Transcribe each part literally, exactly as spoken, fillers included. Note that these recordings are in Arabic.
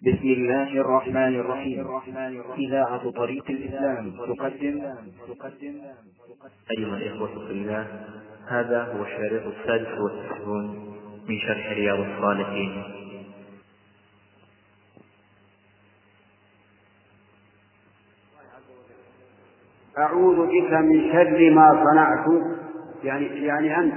بسم الله الرحمن الرحيم. إذاعة طريق الإسلام تقدم أيها الإخوة في الله، هذا هو الشريط السادس والتسعون من شرح رياض الصالحين. أعوذ بك من شر ما صنعت، يعني يعني أنت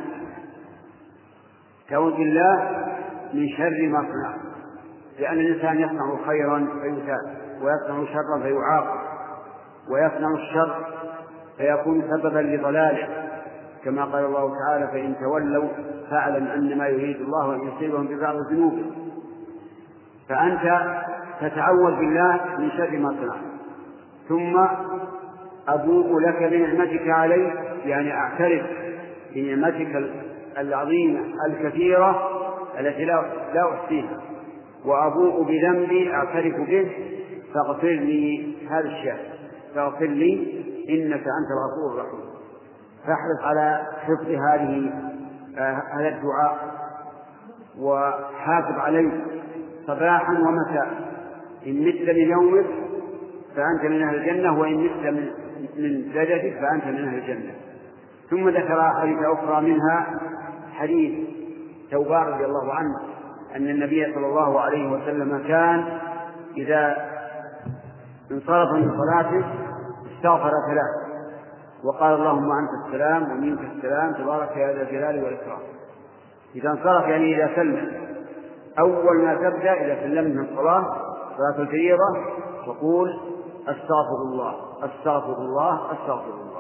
تعوذ بالله من شر ما صنعت، لأن الإنسان يصنع خيرا فيثاب، ويصنع شرا فيعاقب، ويصنع الشر فيكون سببا لضلاله، كما قال الله تعالى: فإن تولوا فاعلم أنما يريد الله أن يصيبهم ببعض ذنوبهم. فأنت تتعوذ بالله من شر ما صنعت، ثم أبوء لك بنعمتك علي، يعني أعترف بنعمتك العظيمة الكثيرة التي لا أحصيها، وأبوء بذنبي أعترف به، فاغفر لي هذا الشيء، فاغفر لي إنك أنت الغفور الرحيم. فاحرص على حفظ هذه هذا الدعاء، وحافظ عليه صباحا ومساء. إن مت من يومك فأنت من أهل الجنة، وإن مت من من زوجتك فأنت من أهل الجنة. ثم ذكر حديث أخرى، منها حديث ثوبان رضي الله عنه أن النبي صلى الله عليه وسلم كان إذا انصرف من صلاته استغفر ثلاث وقال: اللهم أنت السلام ومنك السلام تبارك يا ذا الجلال والإكرام. إذا انصرف يعني إذا سلم، أول ما تبدأ إذا سلمت من الصلاة صلاة الفريضة تقول: أستغفر الله أستغفر الله أستغفر الله.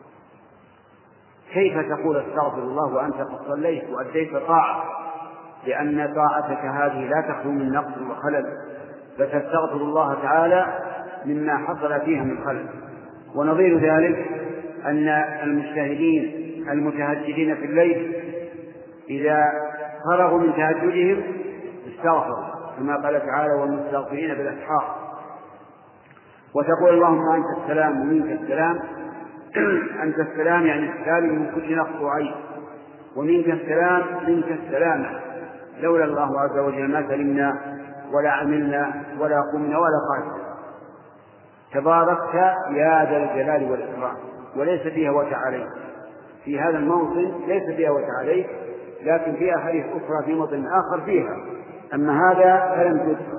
كيف تقول أستغفر الله وأنت قد صليت وأديت طاعة؟ لأن طاعتك هذه لا تخلو من نقص وخلل، فتستغفر الله تعالى مما حصل فيها من خلل. ونظير ذلك أن المجتهدين المتهجدين في الليل إذا فرغوا من تهجدهم استغفروا، كما قال تعالى: والمستغفرين بالأسحار. وتقول: اللهم أنت السلام ومنك السلام. أنت السلام يعني السلام من كل نقص وعيب، ومنك السلام منك السلام، لولا الله عز وجل ما سلمنا ولا عملنا ولا قمنا ولا قعدنا. تباركت يا ذا الجلال والإكرام. وليس فيها وتعالى، في هذا الموطن ليس فيها وتعالى، لكن فيها حديث أخرى في موطن آخر فيها، أما هذا فلم تذكر.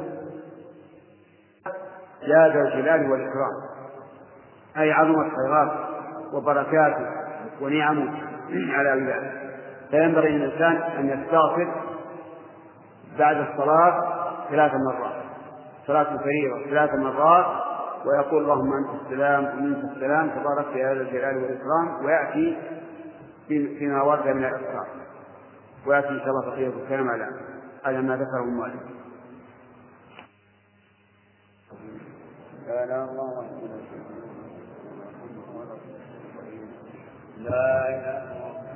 يا ذا الجلال والإكرام أي عظمت خيراته وبركاته ونعمه على عباده. فينبغي للإنسان أن يستغفر بعد الصلاة ثلاث مرات، صلاة الفريضة ثلاث مرات، ويقول: اللهم أنت السلام ومنك السلام تبارك يا ذا الجلال والإكرام. ويأتي فيما ورد من الأذكار، ويأتي إن شاء الله بقية الكلام على على ما ذكره المؤلف. لا إله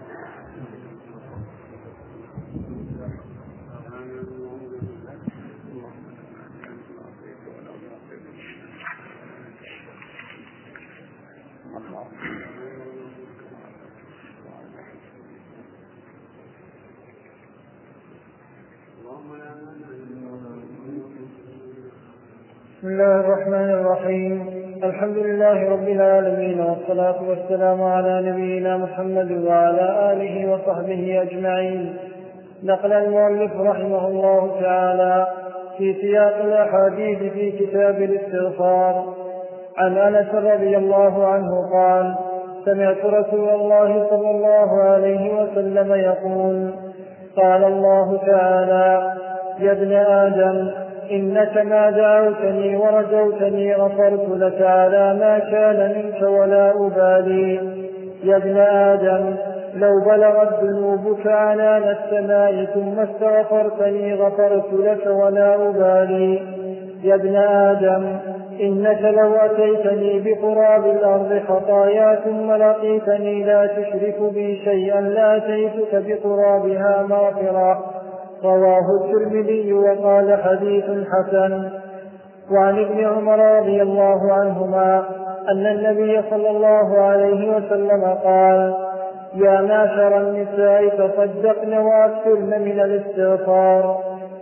بسم الله الرحمن الرحيم. الحمد لله رب العالمين، والصلاة والسلام على نبينا محمد وعلى آله وصحبه أجمعين. نقل المؤلف رحمه الله تعالى في سياق الأحاديث في كتاب الاستغفار عن أنس رضي الله عنه قال: سمعت رسول الله صلى الله عليه وسلم يقول: قال الله تعالى: يا ابن آدم إنك ما دعوتني ورجوتني غفرت لك على ما كان منك ولا أبالي. يا ابن آدم لو بلغت ذنوبك عنان السماء ثم استغفرتني غفرت لك ولا أبالي. يا ابن آدم إنك لو أتيتني بقراب الأرض خطايا ثم لقيتني لا تشرك بي شيئا لأتيتك بقرابها مغفرة. رواه الترمذي وقال: حديث حسن. وعن ابن عمر رضي الله عنهما أن النبي صلى الله عليه وسلم قال: يا معشر النساء تصدقن وأكثرن من الاستغفار،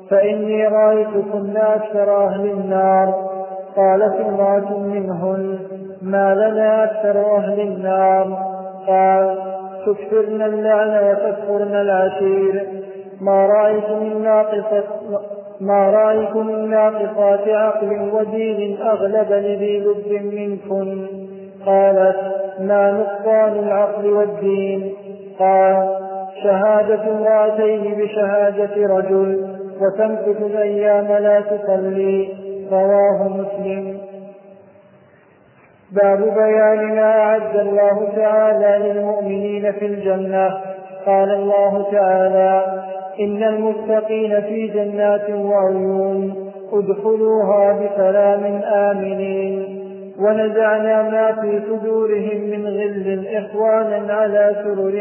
فإني رأيتكن أكثر أهل النار. قالت امرأة منهن: ما لنا أكثر أهل النار؟ قال: تكثرن اللعن وتكفرن العشير. ما رأيت من ناقصة ما رأيت من ناقصات عقل ودين أغلب لذي لب منكن. قالت: ما نقصان العقل والدين؟ قال: شهادة امرأتين بشهادة رجل، وتمكث الأيام لا تصلي. رواه مسلم. باب بيان ما أعد الله تعالى للمؤمنين في الجنة. قال الله تعالى: إن المتقين في جنات وعيون ادخلوها بسلام آمنين. ونزعنا ما في صدورهم من غل إخوانا على سرر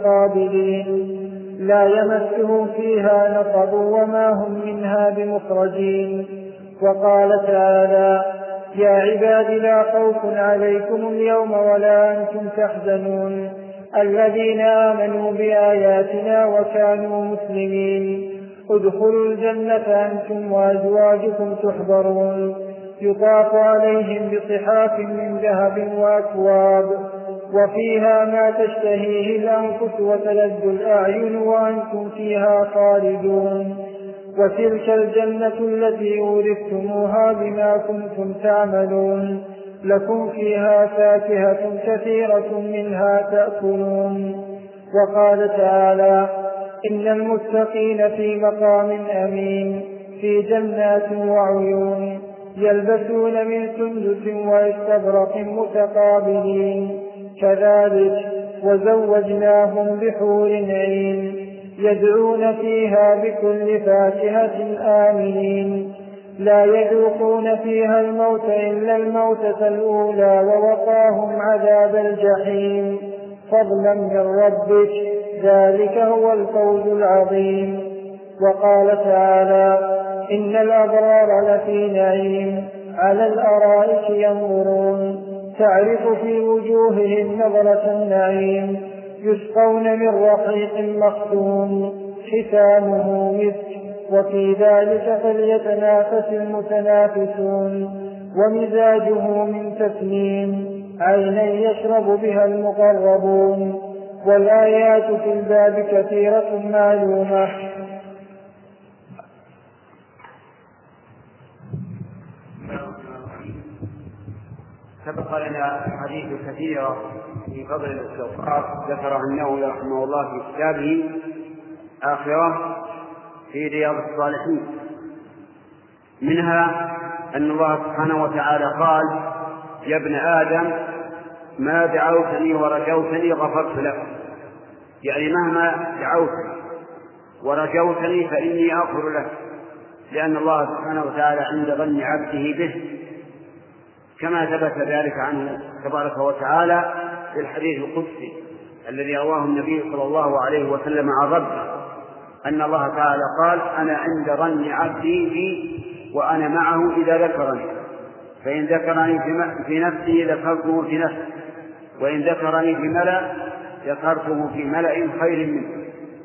متقابلين لا يمسهم فيها نصب وما هم منها بمخرجين. وقال تعالى: يا عباد لا خوف عليكم اليوم ولا أنتم تحزنون الذين آمنوا بآياتنا وكانوا مسلمين ادخلوا الجنة أنتم وأزواجكم تحبرون يطاف عليهم بصحاف من ذهب وأكواب وفيها ما تشتهيه الأنفس وتلذ الأعين وأنتم فيها خالدون. وتلك الجنة التي أورثتموها بما كنتم تعملون لكم فيها فاكهة كثيرة منها تأكلون. وقال تعالى: إن المتقين في مقام أمين في جنات وعيون يلبسون من سندس واستبرق متقابلين كذلك وزوجناهم بحور عين يدعون فيها بكل فاكهة آمنين لا يذوقون فيها الموت إلا الموتة الأولى ووقاهم عذاب الجحيم فضلا من ربك ذلك هو الفوز العظيم. وقال تعالى: إن الأبرار لفي نعيم على الأرائك ينظرون تعرف في وجوههم نظرة النعيم يسقون من رحيق مختوم ختامه مسك وفي ذلك فليتنافس المتنافسون ومزاجه من تسنيم عينا يشرب بها المقربون. والآيات في الباب كثيرة معلومة. سبق لنا حديث كثيرة في فضل الاستغفار ذكرها النووي رحمه الله في كتابه آخرة في رياض الصالحين، منها أن الله سبحانه وتعالى قال: يا ابن آدم ما دعوتني ورجوتني غفرت لك، يعني مهما دعوتني ورجوتني فإني أغفر لك، لأن الله سبحانه وتعالى عند ظن عبده به، كما ثبت ذلك عنه تبارك وتعالى في الحديث القدسي الذي رواه النبي صلى الله عليه وسلم عن ربه أن الله تعالى قال: أنا عند ظن عبدي بي وأنا معه إذا ذكرني، فإن ذكرني في نفسي ذكرته في نفسي، وإن ذكرني في ملأ ذكرته في ملأ خير منه.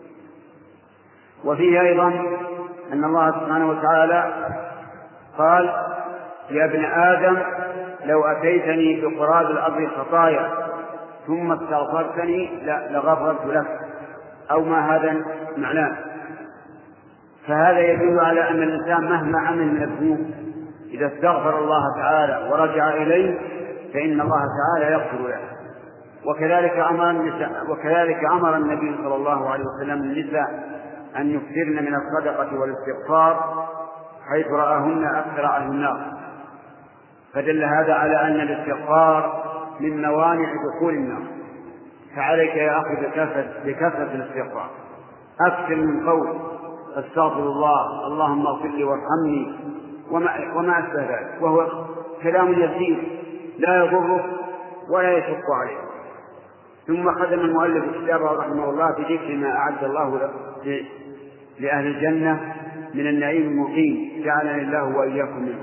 وفيه أيضا أن الله سبحانه وتعالى قال: يا ابن آدم لو أتيتني بقراب الأرض خطايا ثم استغفرتني لغفرت لك، أو ما هذا معناه. فهذا يدل على أن الإنسان مهما عمل من الذنوب إذا استغفر الله تعالى ورجع إليه فإن الله تعالى يغفر له. وكذلك أمر النساء وكذلك أمر النبي صلى الله عليه وسلم النساء أن يكثرن من الصدقة والاستغفار حيث رآهن أكثر أهل النار، فدل هذا على أن الاستغفار من موانع دخول النار. فعليك يا أخي بكثرة الاستغفار، أكثر من قول استغفر الله اللهم اغفر لي وارحمني وما, وما أشبه ذلك، وهو كلام يسير لا يضرك ولا يشق عليك. ثم ختم المؤلف كتابه رحمه الله بذكر ما أعد الله لأهل الجنة من النعيم المقيم، جعلنا الله وإياكم منه.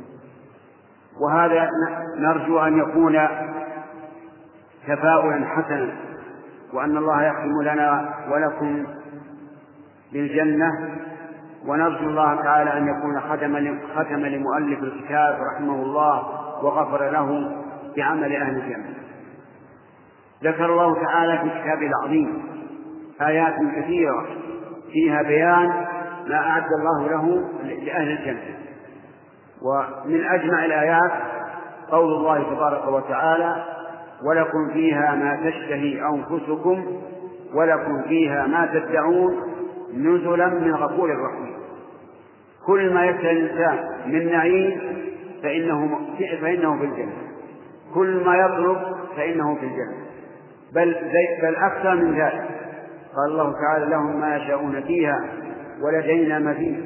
وهذا نرجو أن يكون تفاؤلا حسنا، وأن الله يختم لنا ولكم بالجنة ونرجو الله تعالى أن يكون ختم لمؤلف الكتاب رحمه الله وغفر له بعمل أهل الجنة. ذكر الله تعالى في كتابه العظيم آيات كثيرة فيها بيان ما أعد الله له لأهل الجنة، ومن أجمع الآيات قول الله تبارك وتعالى: ولكم فيها ما تشتهي أنفسكم ولكم فيها ما تدعون نزلا من غفور رحيم. كل ما يشتهي الإنسان من نعيم فإنه, فإنه في الجنة، كل ما يطلب فإنه في الجنة، بل, بل أكثر من ذلك. قال الله تعالى: لهم ما يشاءون فيها ولدينا مزيد.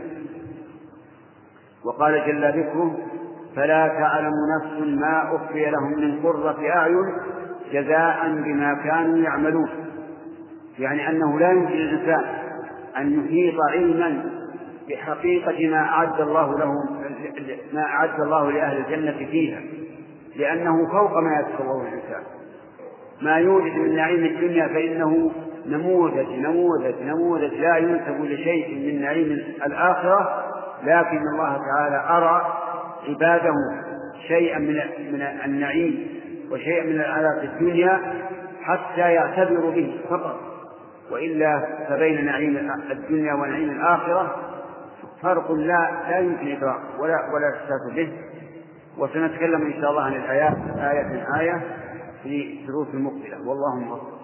وقال جل ذكره: فلا تعلم نفس ما أخفي لهم من قرة أعين جزاء بما كانوا يعملون. يعني أنه لا يمكن للإنسان أن يحيط علما بحقيقة ما أعد الله له ما أعد الله لأهل الجنة فيها، لأنه فوق ما يتصوره الإنسان. ما يوجد من نعيم الدنيا فإنه نموذج نموذج نموذج لا ينسب لشيء من نعيم الآخرة، لكن الله تعالى أرى عباده شيئا من من النعيم وشيئا من العذاب الدنيا حتى يعتبروا به فقط، وإلا فبين نعيم الدنيا ونعيم الآخرة فرق لا لا يمكن إدراك ولا ولا إحساس به. وسنتكلم إن شاء الله عن الآيات آية آية في دروس المقبلة، والله موفق.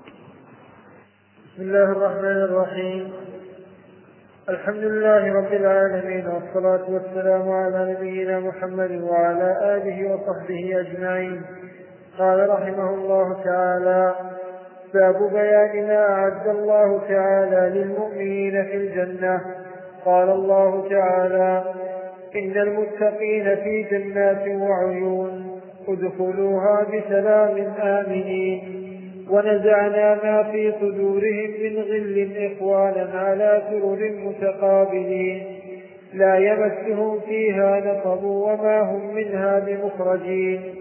بسم الله الرحمن الرحيم. الحمد لله رب العالمين، والصلاة والسلام على نبينا محمد وعلى آله وصحبه أجمعين. قال رحمه الله تعالى: باب بيان ما أعد الله تعالى للمؤمنين في الجنة. قال الله تعالى: إن المتقين في جنات وعيون ادخلوها بسلام آمنين ونزعنا ما في صدورهم من غل إخوانا على سرر متقابلين لا يمسهم فيها نصب وما هم منها بمخرجين.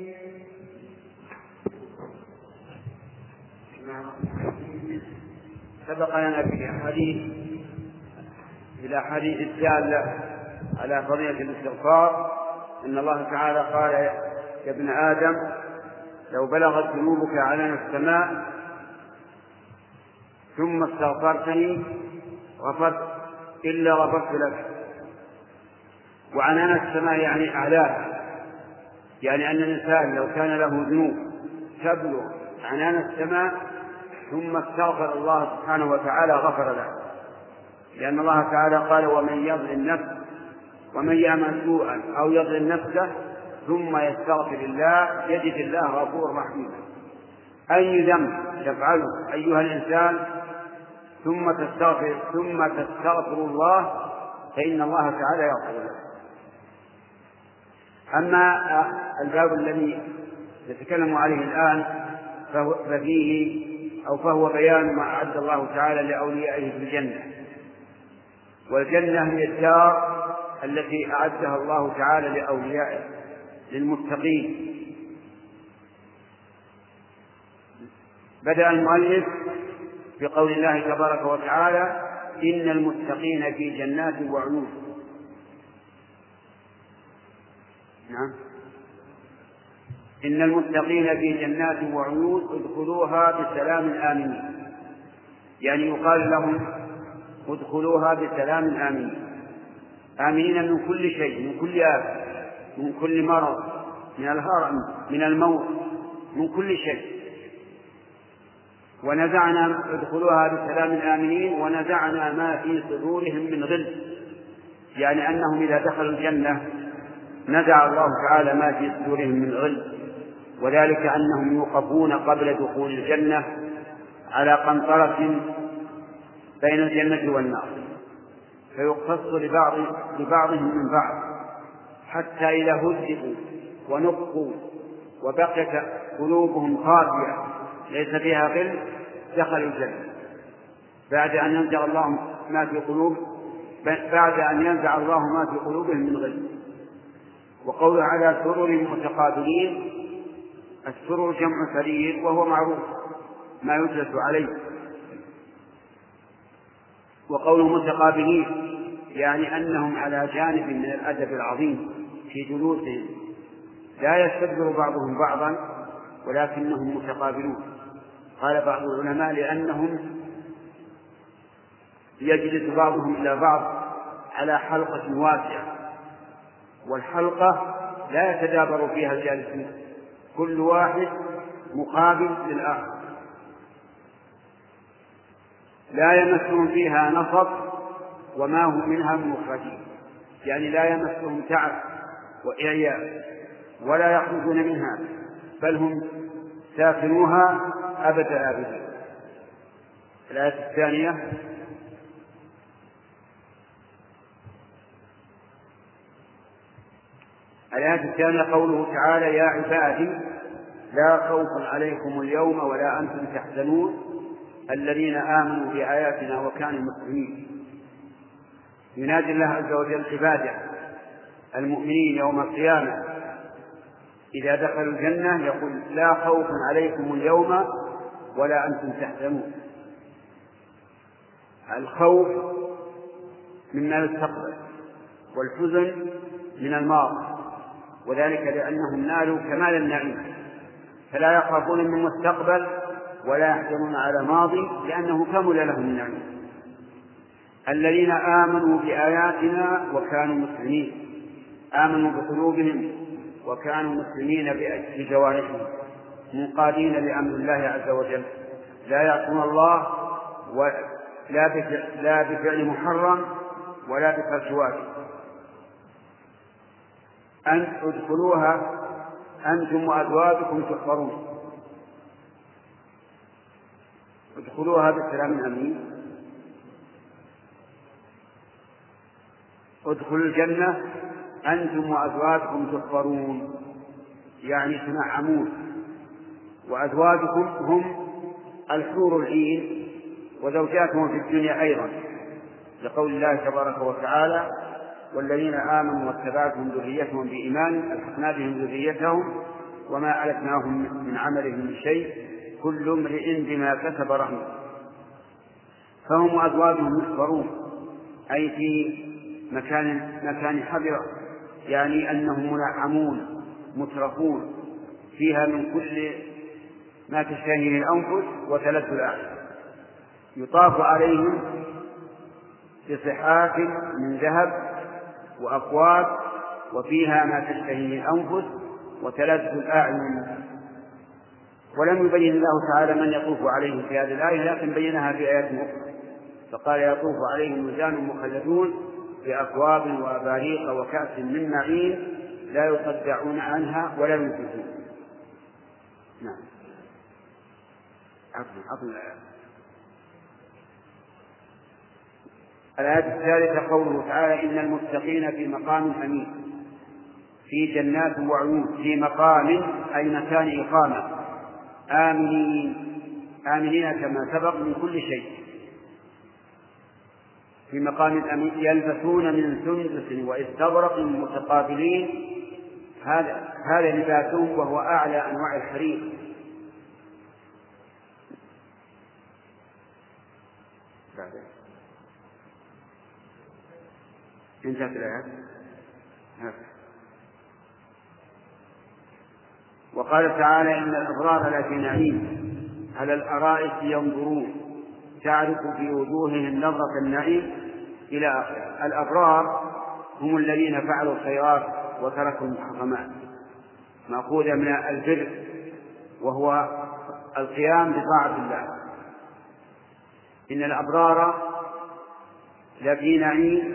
سبق لنا في حديث إلى حديث الدالة على قضية الاستغفار إن الله تعالى قال: يا ابن آدم لو بلغت ذنوبك عنان السماء ثم استغفرتني غفرت إلا غفرت لك. وعنان السماء يعني أعلاها، يعني أن الإنسان لو كان له ذنوب تبلغ عنان السماء ثم استغفر الله سبحانه وتعالى غفر له، لأن الله تعالى قال: ومن يظلم نفسه ومن يعمل سوءا أو يظلم نفسه ثم يستغفر الله يجد الله غفور رحيما. أي ذنب تفعله أيها الإنسان ثم تستغفر ثم تستغفر الله فإن الله تعالى يغفر له. أما الباب الذي نتكلم عليه الآن ففيه أو فهو بيان ما أعد الله تعالى لأوليائه في الجنة. والجنة هي الدار التي أعدها الله تعالى لأوليائه للمتقين. بدأ المؤلف بقول الله تبارك وتعالى: إن المتقين في جنات وعيون. نعم، إن المتقين في جنات وعيون ادخلوها بسلام آمنين، يعني يقال لهم ادخلوها بسلام آمنين، آمنين من كل شيء، من كل آفة، من كل مرض، من الهرم، من الموت، من كل شيء. ونزعنا ادخلوها بسلام آمنين ونزعنا ما في صدورهم من غل، يعني أنهم إذا دخلوا الجنة نزع الله تعالى ما في صدورهم من غل، وذلك أنهم يوقفون قبل دخول الجنة على قنطرة بين الجنة والنار، فيقتص لبعض لبعضهم من بعض حتى إذا هذبوا ونقوا وبقيت قلوبهم خافية ليس فيها غل دخلوا الجنة بعد أن ينزع الله ما في قلوب بعد أن ينزع الله ما في قلوبهم من غل. وقوله على سرر متقابلين، السرر جمع سرير وهو معروف ما يجلس عليه. وقوله متقابلين يعني أنهم على جانب من الأدب العظيم في جلوسهم، لا يستكبر بعضهم بعضا ولكنهم متقابلون. قال بعض العلماء لأنهم يجلس بعضهم إلى بعض على حلقة واسعة، والحلقة لا يتدابر فيها الجالسون، كل واحد مقابل للآخر، لا يمسهم فيها نصب وما هم منها مخرجين، يعني لا يمسهم تعب وإعياء ولا يخرجون منها، بل هم ساكنوها أبد آبدين. الآية الثانية: الآية الثانية قوله تعالى: يا عبادي لا خوف عليكم اليوم ولا أنتم تحزنون الذين آمنوا بآياتنا وكانوا مسلمين. ينادي الله عز وجل عباده المؤمنين يوم القيامة إذا دخلوا الجنة يقول: لا خوف عليكم اليوم ولا أنتم تحزنون. الخوف مما يستقبل والحزن من الماضي، وذلك لأنهم نالوا كمال النعيم فلا يخافون من المستقبل ولا يحزنون على ماضي لأنه كمل لهم النعيم. الذين آمنوا بآياتنا وكانوا مسلمين، آمنوا بقلوبهم وكانوا مسلمين بجوارحهم منقادين لأمر الله عز وجل، لا يعصون الله لا بفعل محرم ولا بترك واجب. أن ادخلوها أنتم وأزواجكم تحفرون، ادخلوها بالسلام الأمين، ادخلوا الجنة أنتم وأزواجكم تحفرون، يعني تنعمون، وأزواجكم هم الحور العين وزوجاتهم في الدنيا أيضا، لقول الله تبارك وتعالى: والذين آمنوا واتبعتهم ذريتهم بإيمان ألحقنا بهم ذريتهم وما ألتناهم من عملهم من شيء كل امرئ بما كسب رهين. فهم وأزواجهم يحفرون أي في مكان مكان حضرة، يعني أنهم منعمون مترفون فيها من كل ما تشتهيه الأنفس وتلذ الأعين. يطاف عليهم بصحاف من ذهب وأكواب وفيها ما تشتهيه الأنفس وتلذ الأعين. ولم يبين الله تعالى من يطوف عليهم في هذه الآية، لكن بينها في آيات أخرى، فقال: يطوف عليهم ولدان مخلدون بأكواب وأباريق وكأس من معين لا يصدعون عنها ولا ينزفون. نعم. عفوا عفوا الآيات. الآية الثالثة قوله تعالى: إن المتقين في مقام أمين في جنات وعيون. في مقام أي مكان إقامة، آمنين آمنين كما سبق من كل شيء، في مقام أمين يلبسون من سندس واستبرق متقابلين، هذا هذا لباسهم وهو أعلى أنواع الحرير. انتهت الآيات. وقال تعالى: إن الأبرار لفي نعيم على الأرائك ينظرون تعرف في وجوههم نظرة النعيم إلى آخره. الأبرار هم الذين فعلوا الخيرات وتركوا المحرمات، مأخوذة من البر وهو القيام بطاعة الله. إن الأبرار لفي نعيم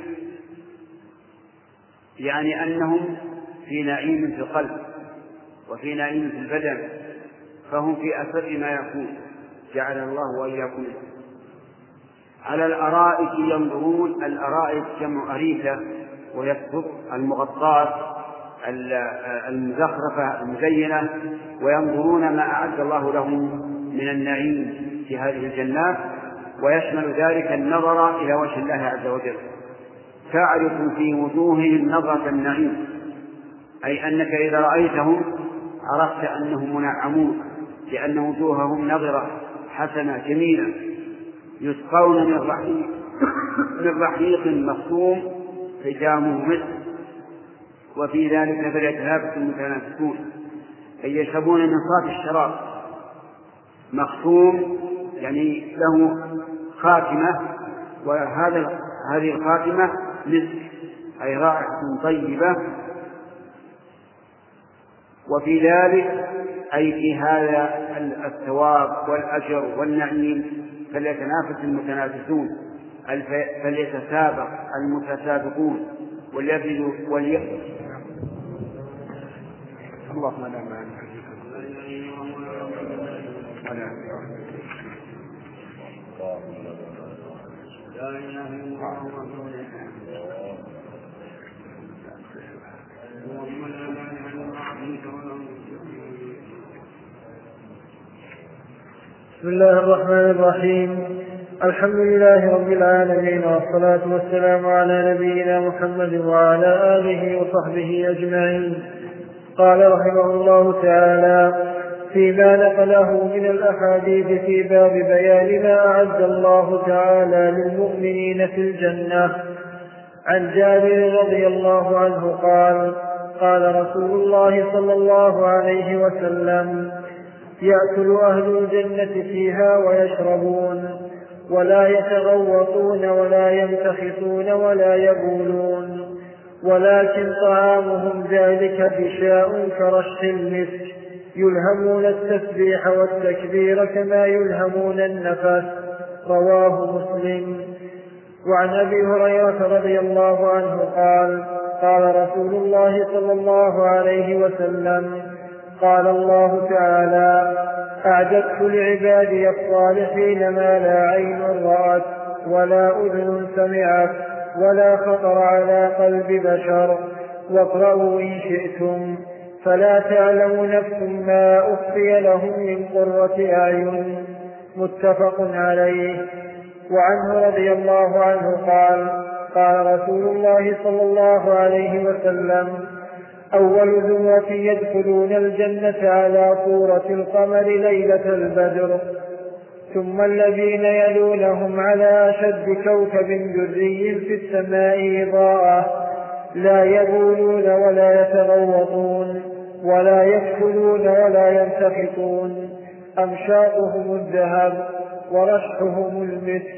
يعني أنهم في نعيم في القلب وفي نعيم في البدن، فهم في أسر ما يكون، جعل الله وإياكم. على الأرائك ينظرون. الأرائك جمع أريكة ويكتب المغطاة المزخرفة المزينة، وينظرون ما أعد الله لهم من النعيم في هذه الجنات، ويشمل ذلك النظر إلى وجه الله عز وجل. تعرف في وجوههم نظرة النعيم، أي أنك إذا رأيتهم عرفت أنهم منعمون، لأن وجوههم نظرة حسنة جميلة. يسقون من رحيق من رحيق مختوم ختامه مسك وفي ذلك فليتنافس المتنافسون، أي يشربون من صافي الشراب مختوم يعني له خاتمة، وهذا هذه الخاتمة مسك أي رائحة طيبة. وفي ذلك أي في هذا الثواب والأجر والنعيم فليتنافس المتنافسون، فليتسابق المتسابقون وليبذلوا وليبذلوا اللهم لا مانع لا إله إلا الله بسم الله الرحمن الرحيم. الحمد لله رب العالمين، والصلاة والسلام على نبينا محمد وعلى آله وصحبه أجمعين. قال رحمه الله تعالى فيما نقله من الأحاديث في باب بيان ما أعد الله تعالى للمؤمنين في الجنة. عن جابر رضي الله عنه قال قال رسول الله صلى الله عليه وسلم يأكل أهل الجنة فيها ويشربون ولا يتغوطون ولا يمتخطون ولا يبولون، ولكن طعامهم ذلك بشاء كرش المسك يلهمون التسبيح والتكبير كما يلهمون النفس. رواه مسلم. وعن أبي هريرة رضي الله عنه قال قال رسول الله صلى الله عليه وسلم قال الله تعالى أعددت لعبادي الصالحين ما لا عين رأت ولا أذن سمعت ولا خطر على قلب بشر، واقرأوا إن شئتم فلا تعلم نفس ما أخفي لهم من قرة أعين. متفق عليه. وعنه رضي الله عنه قال قال رسول الله صلى الله عليه وسلم أول زمرة يدخلون الجنة على صورة القمر ليلة البدر، ثم الذين يلونهم على أشد كوكب دري في السماء إضاءة لا يبولون ولا يتغوطون ولا يأكلون ولا ينتخطون، أمشاطهم الذهب ورشحهم المسك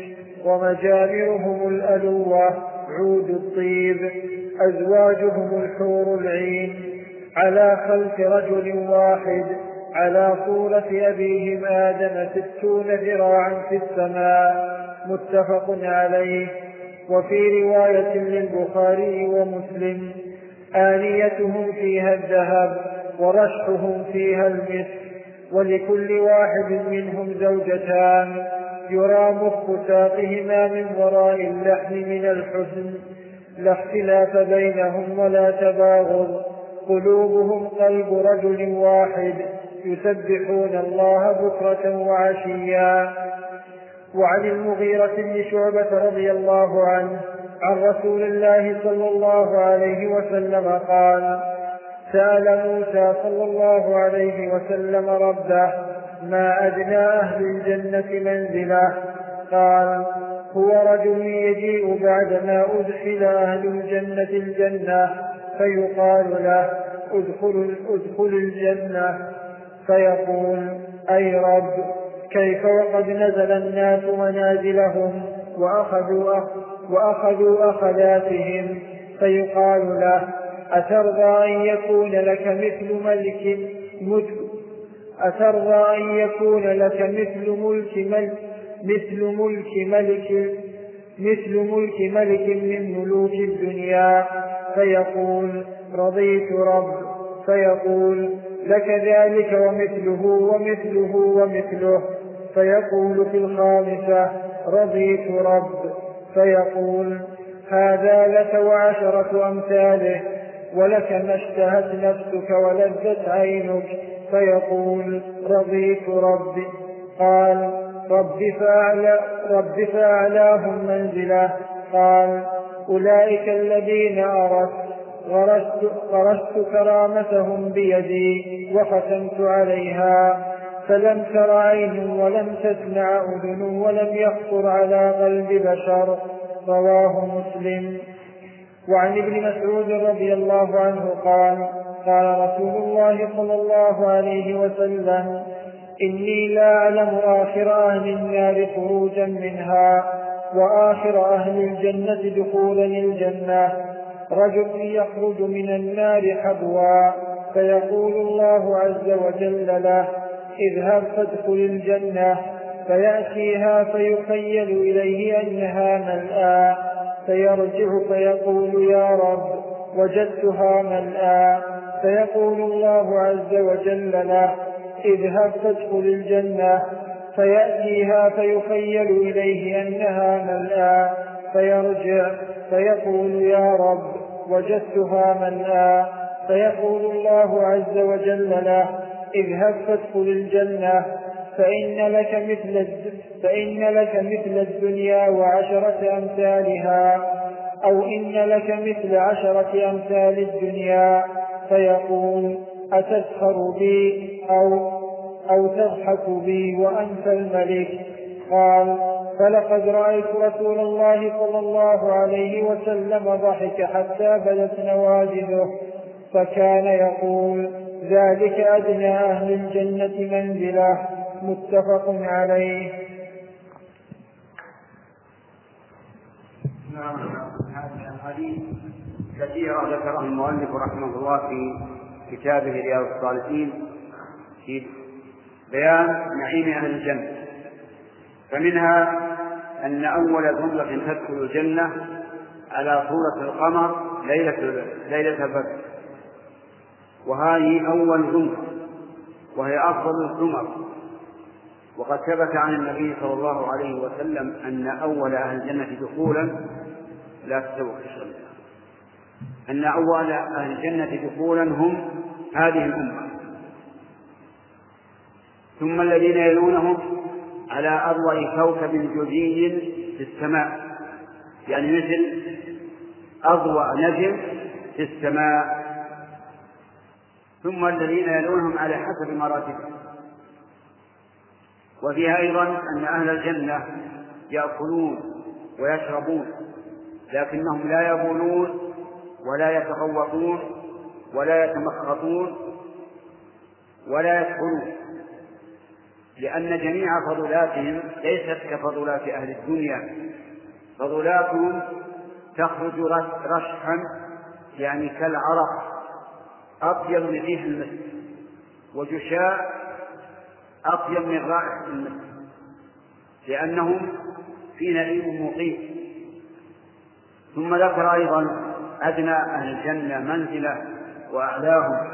ومجامرهم الألوة عود الطيب، أزواجهم الحور العين، على خلق رجل واحد على صورة أبيهم آدم ستون ذراعا في السماء. متفق عليه. وفي رواية للبخاري ومسلم آنيتهم فيها الذهب ورشحهم فيها المسك، ولكل واحد منهم زوجتان يرى مخ ساقهما من وراء اللحم من الحزن، لا اختلاف بينهم ولا تباغض، قلوبهم قلب رجل واحد يسبحون الله بكرة وعشيا. وعن المغيرة بن شعبة رضي الله عنه عن رسول الله صلى الله عليه وسلم قال سأل موسى صلى الله عليه وسلم ربه ما أدنى أهل الجنة منزله؟ قال هو رجل يجيء بعدما أدخل أهل الجنة الجنة فيقال له ادخل, ادخل الجنة، فيقول أي رب كيف وقد نزل الناس منازلهم وأخذوا, أخ وأخذوا أخذاتهم؟ فيقال له أترضى أن يكون لك مثل ملك مثل أترضى أن يكون لك مثل ملك ملك مثل ملك ملك مثل ملك ملك من ملوك الدنيا؟ فيقول رضيت رب. فيقول لك ذلك ومثله ومثله ومثله. فيقول في الخامسة رضيت رب. فيقول هذا لك وعشرة أمثاله، ولك ما اشتهت نفسك ولذت عينك. فيقول رضيت رب. قال رب فأعلى رب فأعلاهم منزله. قال أولئك الذين أردت غرست, غرست كرامتهم بيدي وختمت عليها، فلم تر عين ولم تسمع أذن ولم يخطر على قلب بشر. رواه مسلم. وعن ابن مسعود رضي الله عنه قال قال رسول الله صلى الله عليه وسلم إني لا أعلم آخر أهل النار خروجا منها وآخر أهل الجنة دخولا الجنة رجل يخرج من النار حبوا فيقول الله عز وجل له اذهب فادخل الجنة فيأتيها فيخيل إليه أنها ملآ فيرجع فيقول يا رب وجدتها ملآ فيقول الله عز وجل له اذهب فادخل الجنة فيأتيها فيخيل إليه أنها ملآ فيرجع فيقول يا رب وجدتها ملآ فيقول الله عز وجل له اذهب فادخل الجنة فإن لك مثل فإن لك مثل الدنيا وعشرة أمثالها أو إن لك مثل عشرة أمثال الدنيا فيقول أتسخر بي أو, أو تضحك بي وأنت الملك قال فلقد رأيت رسول الله صلى الله عليه وسلم ضحك حتى بدت نواجذه فكان يقول ذلك أدنى أهل الجنة منزلة متفق عليه. هذه الحديث كثيرة ذكره المؤلف رحمه الله في كتابه رياض الصالحين في بيان نعيم أهل الجنة، فمنها أن أول زمرة تدخل الجنة على صورة القمر ليلة ليلة البدر، وهذه أول زمرة وهي أفضل الزمر، وقد ثبت عن النبي صلى الله عليه وسلم أن أول أهل الجنة دخولا لا تستوي أن أول أهل الجنة دخولا هم هذه الأمة، ثم الذين يلونهم على أضواء كوكب جزي في السماء، يعني مثل أضواء نجم في السماء، ثم الذين يلونهم على حسب مراتبهم. وفيها أيضا أن أهل الجنة يأكلون ويشربون لكنهم لا يبولون ولا يتغوطون ولا يتمخطون ولا يدخلون، لأن جميع فضلاتهم ليست كفضلات أهل الدنيا، فضلاتهم تخرج رشحا يعني كالعرق أطيب من ريح المسك، وجشاء أطيب من رائحة المسك، لأنهم في نعيم مقيم. ثم ذكر أيضا أدنى أهل الجنة منزلة وأعلاهم،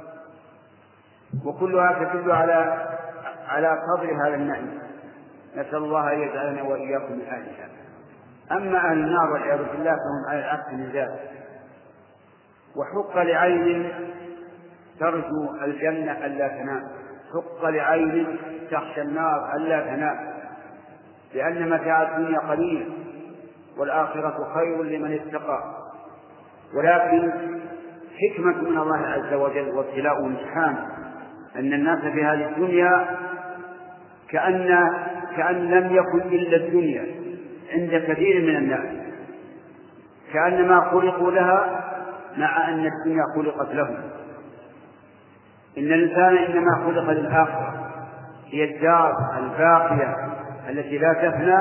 وكلها تدل على على قدر هذا النعيم، نسأل الله أن يجعلنا وإياكم من أهلها. أما أهل النار والعياذ بالله فهم على العكس من ذلك. وحق لعين ترجو الجنة ألا تنام، حق لعين تخشى النار ألا تنام، لأن متاع الدنيا قليل والآخرة خير لمن اتقى. ولكن حكمة من الله عز وجل وابتلاء وامتحان أن الناس في هذه الدنيا كأن كأن لم يكن إلا الدنيا عند كثير من الناس، كأنما خلقوا لها مع أن الدنيا خلقت لهم. إن الإنسان إنما خلق للآخرة، هي الدار الباقية التي لا تفنى،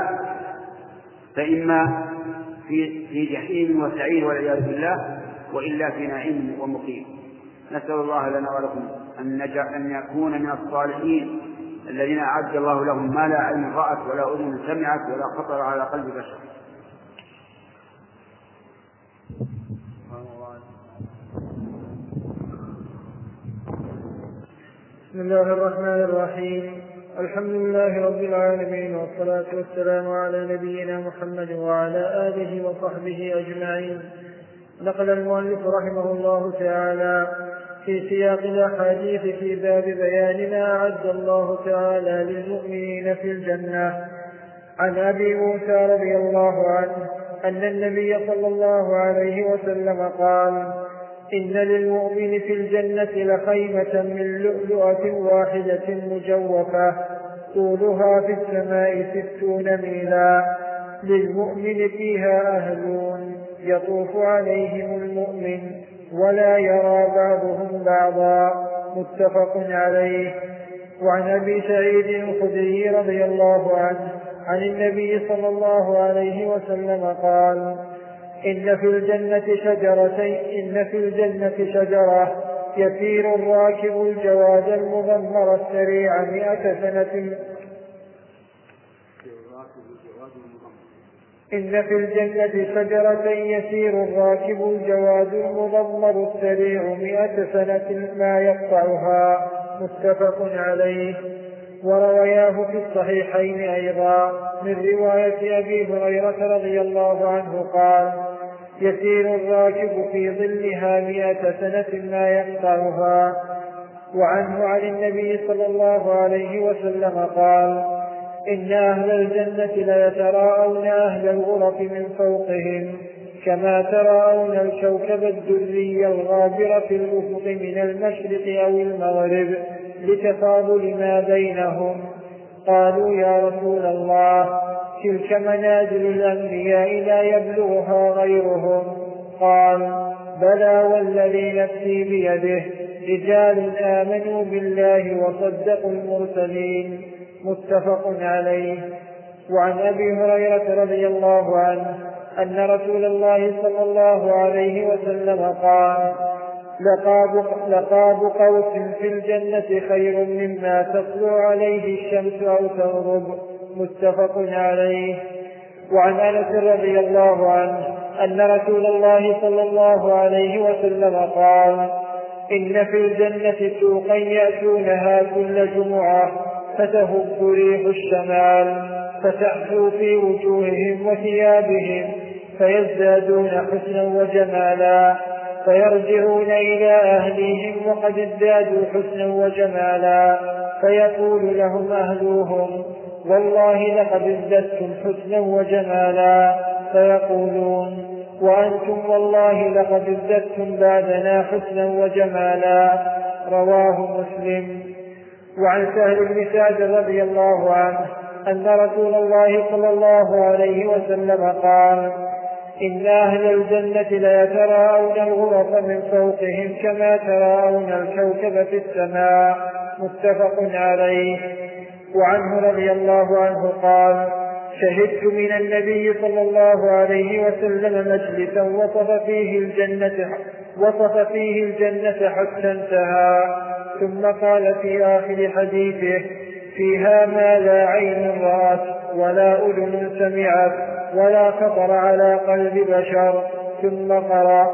فإما في في جحيم وسعير والعياذ بالله، وإلا في نعيم ومقيم. نسأل الله لنا ولكم أن أن يكون من الصالحين الذين أعد الله لهم ما لا عين رأت ولا أذن سمعت ولا خطر على قلب بشر. بسم الله الرحمن الرحيم. الحمد لله رب العالمين، والصلاة والسلام على نبينا محمد وعلى آله وصحبه أجمعين. نقل المؤلف رحمه الله تعالى في سياق الأحاديث في باب بيان ما أعد الله تعالى للمؤمنين في الجنة عن أبي موسى رضي الله عنه أن النبي صلى الله عليه وسلم قال: إن للمؤمن في الجنة لخيمة من لؤلؤة واحدة مجوفة طولها في السماء ستون ميلا، للمؤمن فيها أهلون يطوف عليهم المؤمن ولا يرى بعضهم بعضا. متفق عليه. وعن أبي سعيد الخدري رضي الله عنه عن النبي صلى الله عليه وسلم قال: إن في الجنة شجرتين إن في الجنة شجرة يسير الراكب الجواد المضمر السريع مئة سنة إن في الجنة شجرة يسير الراكب الجواد المضمر السريع مئة سنة ما يقطعها. متفق عليه. وروياه في الصحيحين أيضا من رواية أبي هريرة رضي الله عنه قال: يسير الراكب في ظلها مئة سنة ما يقطعها. وعنه عن النبي صلى الله عليه وسلم قال: إن أهل الجنة ليتراءون أهل الغرف من فوقهم كما تراءون الكوكب الدري الغابر في الأفق من المشرق أو المغرب لتفاضل ما بينهم. قالوا: يا رسول الله، تلك منازل الأنبياء لا يبلغها غيرهم. قال: بلى والذي نفسي بيده، رجال آمنوا بالله وصدقوا المرسلين. متفق عليه. وعن أبي هريرة رضي الله عنه أن رسول الله صلى الله عليه وسلم قال: لقاب, لقاب قوس في الجنة خير مما تطلع عليه الشمس أو تغرب. متفق عليه. وعن أنس رضي الله عنه أن رسول الله صلى الله عليه وسلم قال: إن في الجنة سوقا يأتونها كل جمعة فتهب ريح الشمال فتحفو في وجوههم وثيابهم فيزدادون حسنا وجمالا فيرجعون إلى أهليهم وقد ازدادوا حسنا وجمالا فيقول لهم أهلوهم: والله لقد ازددتم حسنا وجمالا. فيقولون: وأنتم والله لقد ازددتم بعدنا حسنا وجمالا. رواه مسلم. وعن سهل بن سعد رضي الله عنه أن رسول الله صلى الله عليه وسلم قال: إن أهل الجنة ليتراءون الغرف من فوقهم كما تراءون الكوكب في السماء. متفق عليه. وعنه رضي الله عنه قال: شهدت من النبي صلى الله عليه وسلم مجلسا وصف فيه الجنة وصف فيه الجنة حتى انتهى، ثم قال في آخر حديثه: فيها ما لا عين رأت ولا أذن سمعت ولا خطر على قلب بشر. ثم قرأ: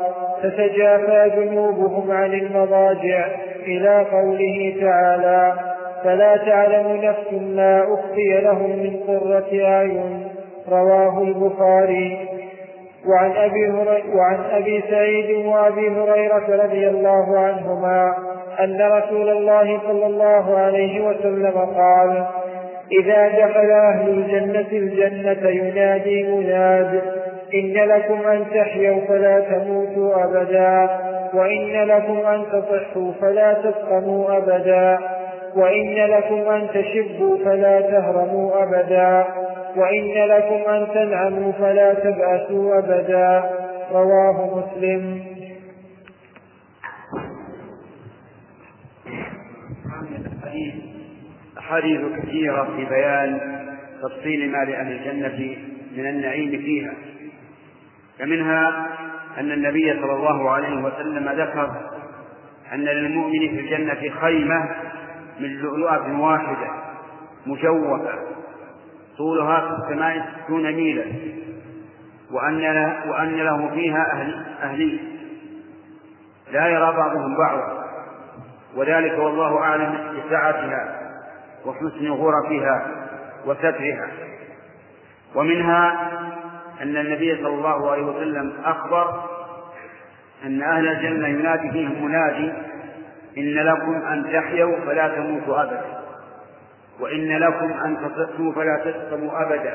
تتجافى جنوبهم عن المضاجع إلى قوله تعالى: فلا تعلم نفس ما أخفي لهم من قرة أعين. رواه البخاري. وعن أبي, وعن أبي سعيد وأبي هريرة رضي الله عنهما أن رسول الله صلى الله عليه وسلم قال: إذا دخل أهل الجنة الجنة ينادي مناد: إن لكم أن تحيوا فلا تموتوا أبدا، وإن لكم أن تصحوا فلا تسقموا أبدا، وإن لكم أن تشبوا فلا تهرموا أبدا، وإن لكم أن تنعموا فلا تبأسوا أبدا. رواه مسلم. أحاديث كثيرة في بيان تفصيل ما لأهل الجنة من النعيم فيها، فمنها أن النبي صلى الله عليه وسلم ذكر أن للمؤمن في الجنة خيمة من لؤلؤة واحدة مجوفة طولها في السماء ستون ميلا، وأن, وأن له فيها أهل أهلي لا يرى بعضهم بعضا، وذلك والله أعلم بسعتها وحسن غرفها وسترها. ومنها أن النبي صلى الله عليه وسلم أخبر أن أهل الجنة ينادي فيهم منادي: إن لكم أن تحيوا فلا تموتوا أبدا، وإن لكم أن تصحوا فلا تسقموا أبدا.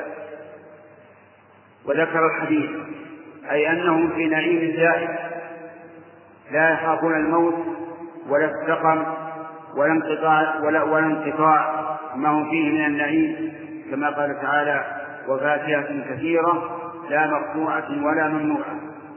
وذكر الحديث أي أنهم في نعيم دائم لا يخافون الموت ولا السقم ولا انقطاع, ولا, ولا انقطاع ما هم فيه من النعيم، كما قال تعالى: وفاكهة كثيرة لا مقطوعة ولا ممنوعة.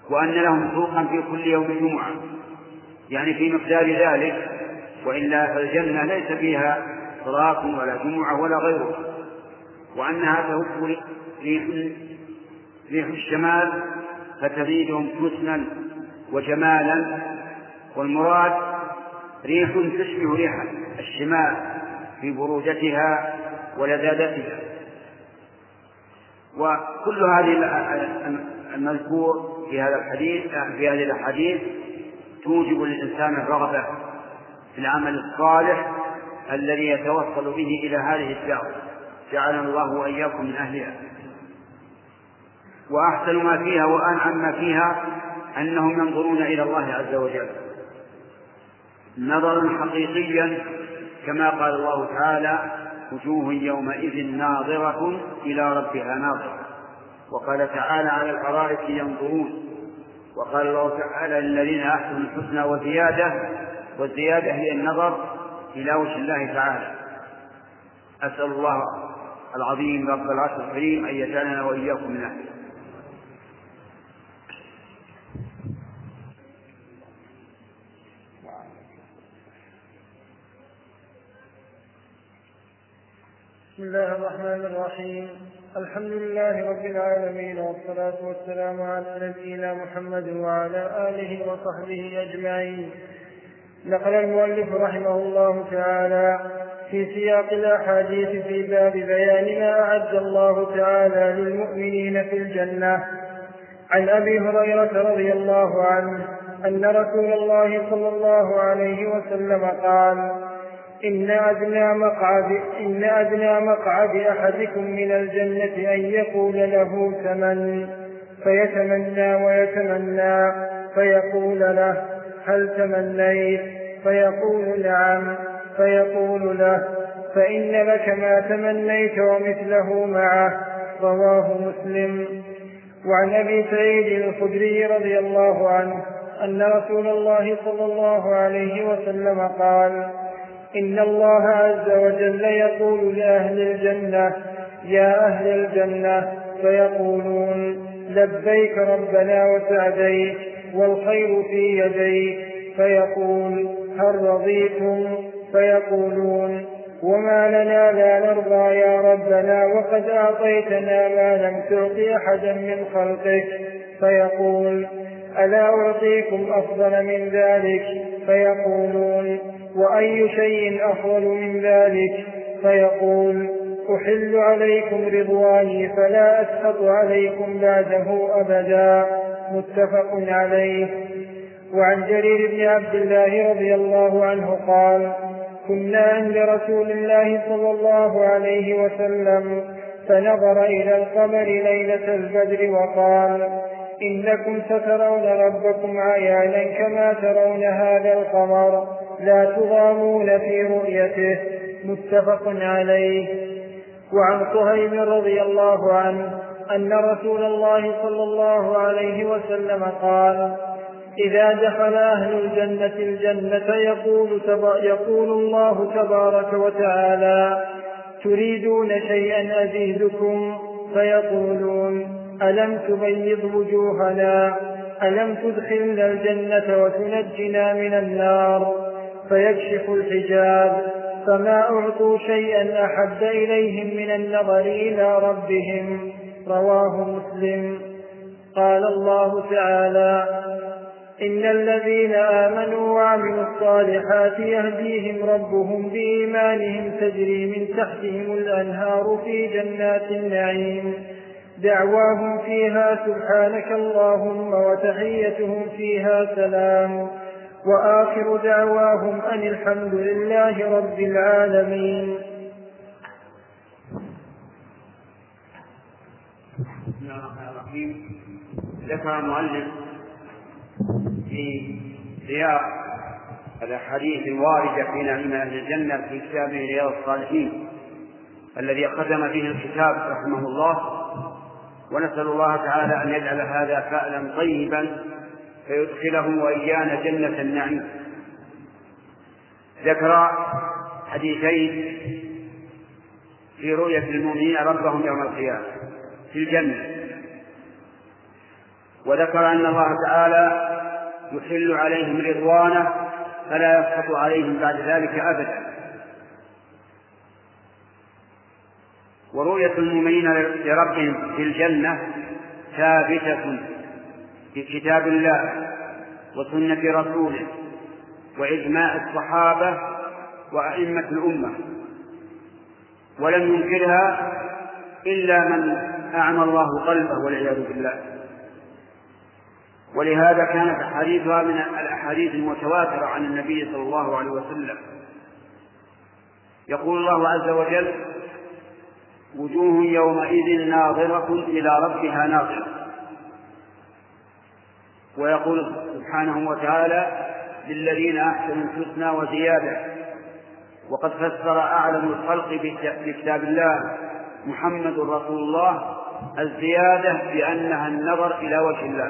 وأن لهم سوقا في كل يوم جمعة، يعني في مقدار ذلك، وإلا فالجنة ليس فيها صراط ولا جمعة ولا غيره، وأنها تهب ريح ريح الشمال فتزيدهم حسنا وجمالا، والمراد ريح تشبه ريح الشمال في برودتها ولذاذتها. وكل هذه المذكور في هذا الحديث في هذه الأحاديث توجب للإنسان الرغبة في العمل الصالح الذي يتوصل به إلى هذه الدار، جعلنا الله وإياكم من أهلها. وأحسن ما فيها وأنعم ما فيها أنهم ينظرون إلى الله عز وجل نظرا حقيقيا، كما قال الله تعالى: وجوه يومئذ ناظرة إلى ربها ناظرة. وقال تعالى: على الأرائك ينظرون. وقال الله تعالى: للذين أحسنوا الحسنى وزيادة، والزيادة هي النظر إلى وجه الله تعالى. أسأل الله العظيم رب العرش الكريم أن يجعلنا وإياكم من أهله. بسم الله الرحمن الرحيم. الحمد لله رب العالمين، والصلاة والسلام على نبينا محمد وعلى آله وصحبه أجمعين. نقل المؤلف رحمه الله تعالى في سياق الأحاديث في باب بيان ما أعد الله تعالى للمؤمنين في الجنة عن أبي هريرة رضي الله عنه أن رسول الله صلى الله عليه وسلم قال: إن أدنى مقعد, إن أدنى مقعد أحدكم من الجنة أن يقول له تمن، فيتمنى ويتمنى، فيقول له: هل تمنيت؟ فيقول: نعم. فيقول له: فإن لك ما تمنيت ومثله معه. رواه مسلم. وعن أبي سعيد الخدري رضي الله عنه أن رسول الله صلى الله عليه وسلم قال: إن الله عز وجل يقول لأهل الجنة: يا أهل الجنة، فيقولون: لبيك ربنا وسعديك، والخير في يديك. فيقول: هل رضيتم؟ فيقولون: وما لنا لا نرضى يا ربنا، وقد أعطيتنا ما لم تعط أحدا من خلقك. فيقول: ألا أعطيكم أفضل من ذلك؟ فيقولون: وأي شيء أفضل من ذلك؟ فيقول: أحل عليكم رضواني فلا أسخط عليكم بعده أبدا. متفق عليه. وعن جرير بن عبد الله رضي الله عنه قال: كنا عند رسول الله صلى الله عليه وسلم فنظر إلى القمر ليلة البدر وقال: إنكم سترون ربكم عيانا كما ترون هذا القمر، لا تضامون في رؤيته. متفق عليه. وعن صهيب رضي الله عنه أن رسول الله صلى الله عليه وسلم قال: إذا دخل أهل الجنة الجنة يقول, يقول الله تبارك وتعالى: تريدون شيئا أزيدكم؟ فيقولون: ألم تبيض وجوهنا؟ ألم تدخلنا الجنة وتنجنا من النار؟ فيكشف الحجاب، فما أعطوا شيئا أحب إليهم من النظر إلى ربهم. رواه مسلم. قال الله تعالى: إن الذين آمنوا وعملوا الصالحات يهديهم ربهم بإيمانهم تجري من تحتهم الأنهار في جنات النعيم، دعواهم فيها سبحانك اللهم، وتحيتهم فيها سلام، وآخر دعواهم أن الحمد لله رب العالمين. بسم الله الرحمن الرحيم. ذكر المؤلف في سياق الأحاديث الواردة في نعيم أهل الجنة في كتابه رياض الصالحين الذي ختم فيه الكتاب رحمه الله، ونسأل الله تعالى أن يجعل هذا فعلا طيبا فيدخله وإيانا جنة النعيم. ذكر حديثين في رؤية المؤمنين ربهم يوم القيامة في الجنة. وذكر أن الله تعالى يحل عليهم رضوانه فلا يسقط عليهم بعد ذلك أبدا. ورؤية المؤمنين لربهم في الجنة ثابتة في كتاب الله وسنة رسوله وإجماع الصحابة وأئمة الأمة، ولم ينكرها إلا من أعمى الله قلبه والعياذ بالله. ولهذا كانت أحاديثها من الأحاديث المتواترة عن النبي صلى الله عليه وسلم. يقول الله عز وجل: وجوه يومئذ ناظرة إلى ربها ناظرة. ويقول سبحانه وتعالى: للذين أحسنوا الحسنى وزيادة. وقد فسر أعلم الخلق بكتاب الله محمد رسول الله الزيادة بأنها النظر إلى وجه الله.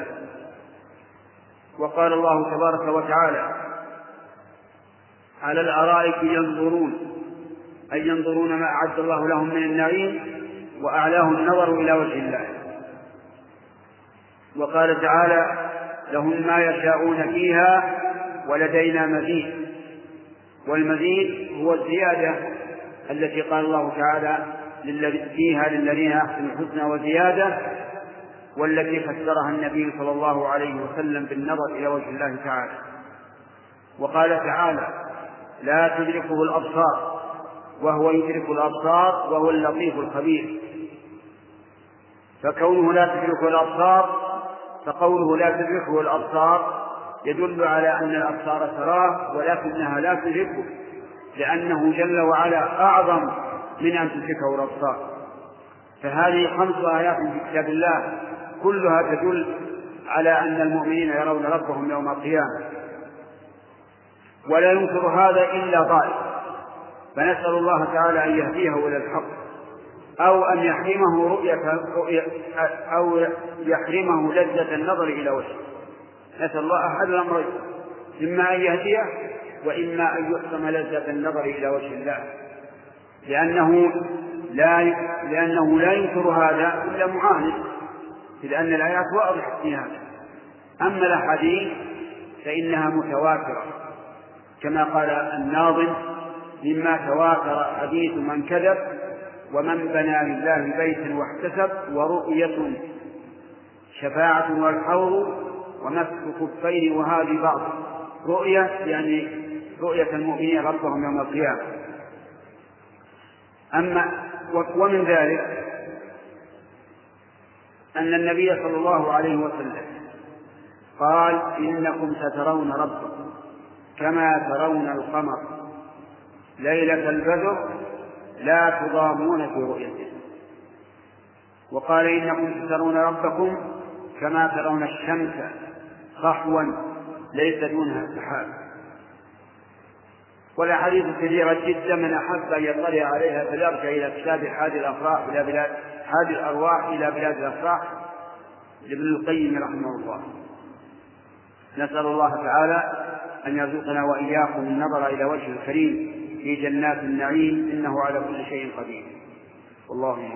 وقال الله تبارك وتعالى: على الأرائك ينظرون، أي ينظرون ما أعد الله لهم من النعيم، وأعلاه النظر إلى وجه الله. وقال تعالى: لهم ما يشاءون فيها ولدينا مزيد. والمزيد هو الزيادة التي قال الله تعالى فيها للذين أحسنوا الحسنى وزيادة، والتي فسرها النبي صلى الله عليه وسلم بالنظر إلى وجه الله تعالى. وقال تعالى: لا تدركه الأبصار وهو يدرك الأبصار وهو اللطيف الخبير. فكونه لا تدركه الأبصار فقوله لا تدركه الأبصار يدل على أن الأبصار تراه ولكنها لا تدركه، لأنه جل وعلا أعظم من أن تدركه الأبصار. فهذه خمس آيات في كتاب الله كلها تدل على أن المؤمنين يرون ربهم يوم القيامة، ولا ينكر هذا إلا ضال. فنسأل الله تعالى أن يهديه إلى الحق، أو أن يحرمه رؤية أو يحرمه لذة النظر إلى وجهه. نسأل الله أحد الأمرين: إما أن يهديه وإما أن يحرم لذة النظر إلى وجه الله، لأنه لا لأنه لا ينكر هذا إلا معاند، لأن الآيات واضحة في هذا. أما الأحاديث فإنها متواترة، كما قال الناظم: مما تواتر حديث من كذب، ومن بنى لله بيتا واحتسب، ورؤية شفاعة والحوض، ومسك كفين وهذه بعض. رؤية يعني رؤية المؤمنين ربهم يوم القيامة. أما ومن ذلك أن النبي صلى الله عليه وسلم قال: إنكم سترون ربكم كما ترون القمر ليلة البدر لا تضامون في رؤيته. وقال: إنكم سترون ربكم كما ترون الشمس صحوا ليس دونها سحاب. والأحاديث كثيرة جدا، من أحب أن يطلع عليها فليرجع إلى كتاب حادي الأفراح إلى بلاد حادي الأرواح إلى بلاد الأفراح لابن القيم رحمه الله. نسأل الله تعالى أن يرزقنا وإياكم النظر إلى وجه الكريم في جنات النعيم، إنه على كل شيء قدير. والله.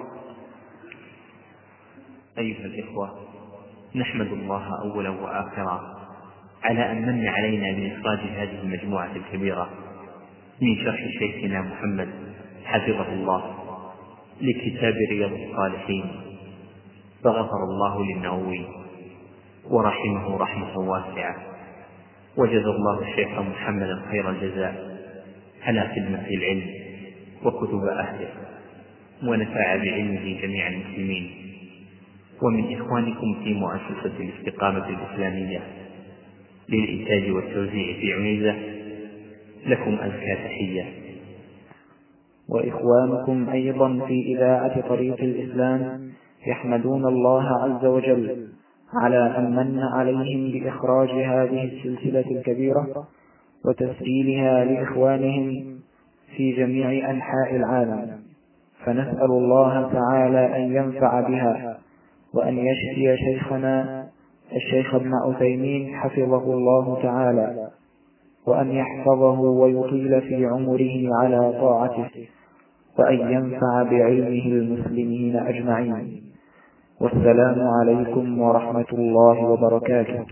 أيها الإخوة، نحمد الله أولا وآخرا على أن من علينا بإخراج هذه المجموعة الكبيرة من شرح شيخنا محمد حفظه الله لكتاب رياض الصالحين، فغفر الله للنووي ورحمه رحمة واسعة، وجزى الله الشيخ محمدا خير الجزاء على خدمة العلم وكتب أهله، ونفع بعلمه جميع المسلمين. ومن إخوانكم في مؤسسة الاستقامة الإسلامية للإنتاج والتوزيع في عنيزة، لكم أزكى تحية. وإخوانكم أيضا في إذاعة طريق الإسلام يحمدون الله عز وجل على أن من عليهم بإخراج هذه السلسلة الكبيرة وتسجيلها لإخوانهم في جميع أنحاء العالم، فنسأل الله تعالى أن ينفع بها، وأن يشفي شيخنا الشيخ ابن عثيمين حفظه الله تعالى، وأن يحفظه ويطيل في عمره على طاعته، وأن ينفع بعلمه المسلمين أجمعين. والسلام عليكم ورحمة الله وبركاته.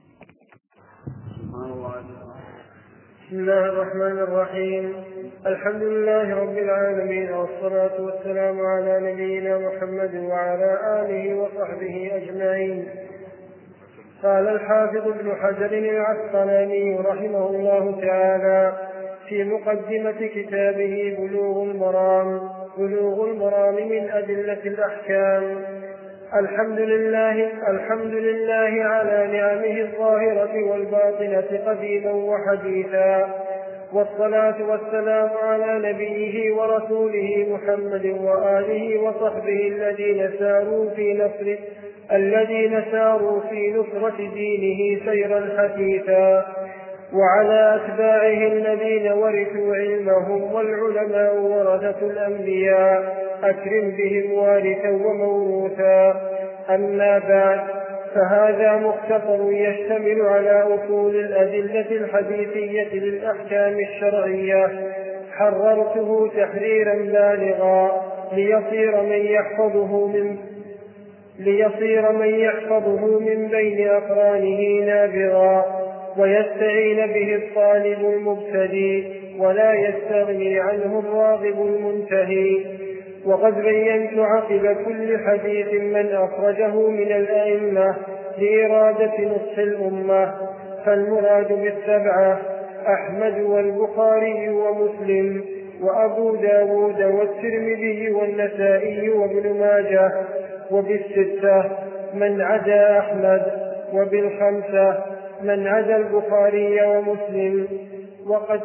بسم الله الرحمن الرحيم. الحمد لله رب العالمين، والصلاة والسلام على نبينا محمد وعلى آله وصحبه أجمعين. قال الحافظ ابن حجر العسقلاني رحمه الله تعالى في مقدمة كتابه بلوغ المرام بلوغ المرام من أدلة الأحكام: الحمد لله الحمد لله على نعمه الظاهرة والباطنة قديما وحديثا، والصلاة والسلام على نبيه ورسوله محمد وآله وصحبه الذين ساروا في نصر الذين ساروا في نصرة دينه سيرا حثيثا، وعلى أتباعه الذين ورثوا علمهم، والعلماء ورثة الأنبياء أكرم بهم وارثا وموروثا. أما بعد، فهذا مختصر يشتمل على أصول الأدلة الحديثية للأحكام الشرعية، حررته تحريرا بالغا ليصير من يحفظه من ليصير من يحفظه من بين أقرانه نابغا، ويستعين به الطالب المبتدئ ولا يستغني عنه الراغب المنتهي. وقد بينت عقب كل حديث من أخرجه من الأئمة لإرادة نصح الأمة، فالمراد بالسبعة أحمد والبخاري ومسلم وأبو داود والترمذي والنسائي وابن ماجه، وبالستة من عدا أحمد، وبالخمسة من عدا البخاري ومسلم وقد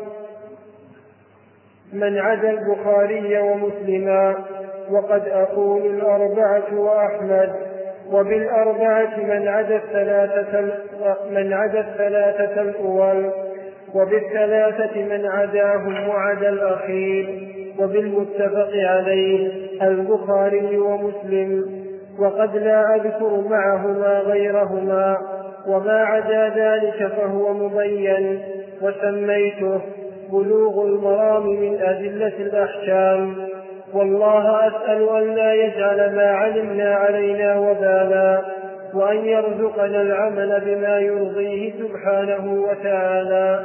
من عدا البخاري ومسلما، وقد أقول الأربعة وأحمد، وبالأربعة من عدا الثلاثة من عدا الثلاثة الأول، وبالثلاثة من عداهم وعدا الأخير، وبالمتفق عليه البخاري ومسلم، وقد لا أذكر معهما غيرهما، وما عدا ذلك فهو مبين، وسميته بلوغ المرام من أدلة الأحكام. والله أسأل أن لا يجعل ما علمنا علينا وبالا، وأن يرزقنا العمل بما يرضيه سبحانه وتعالى.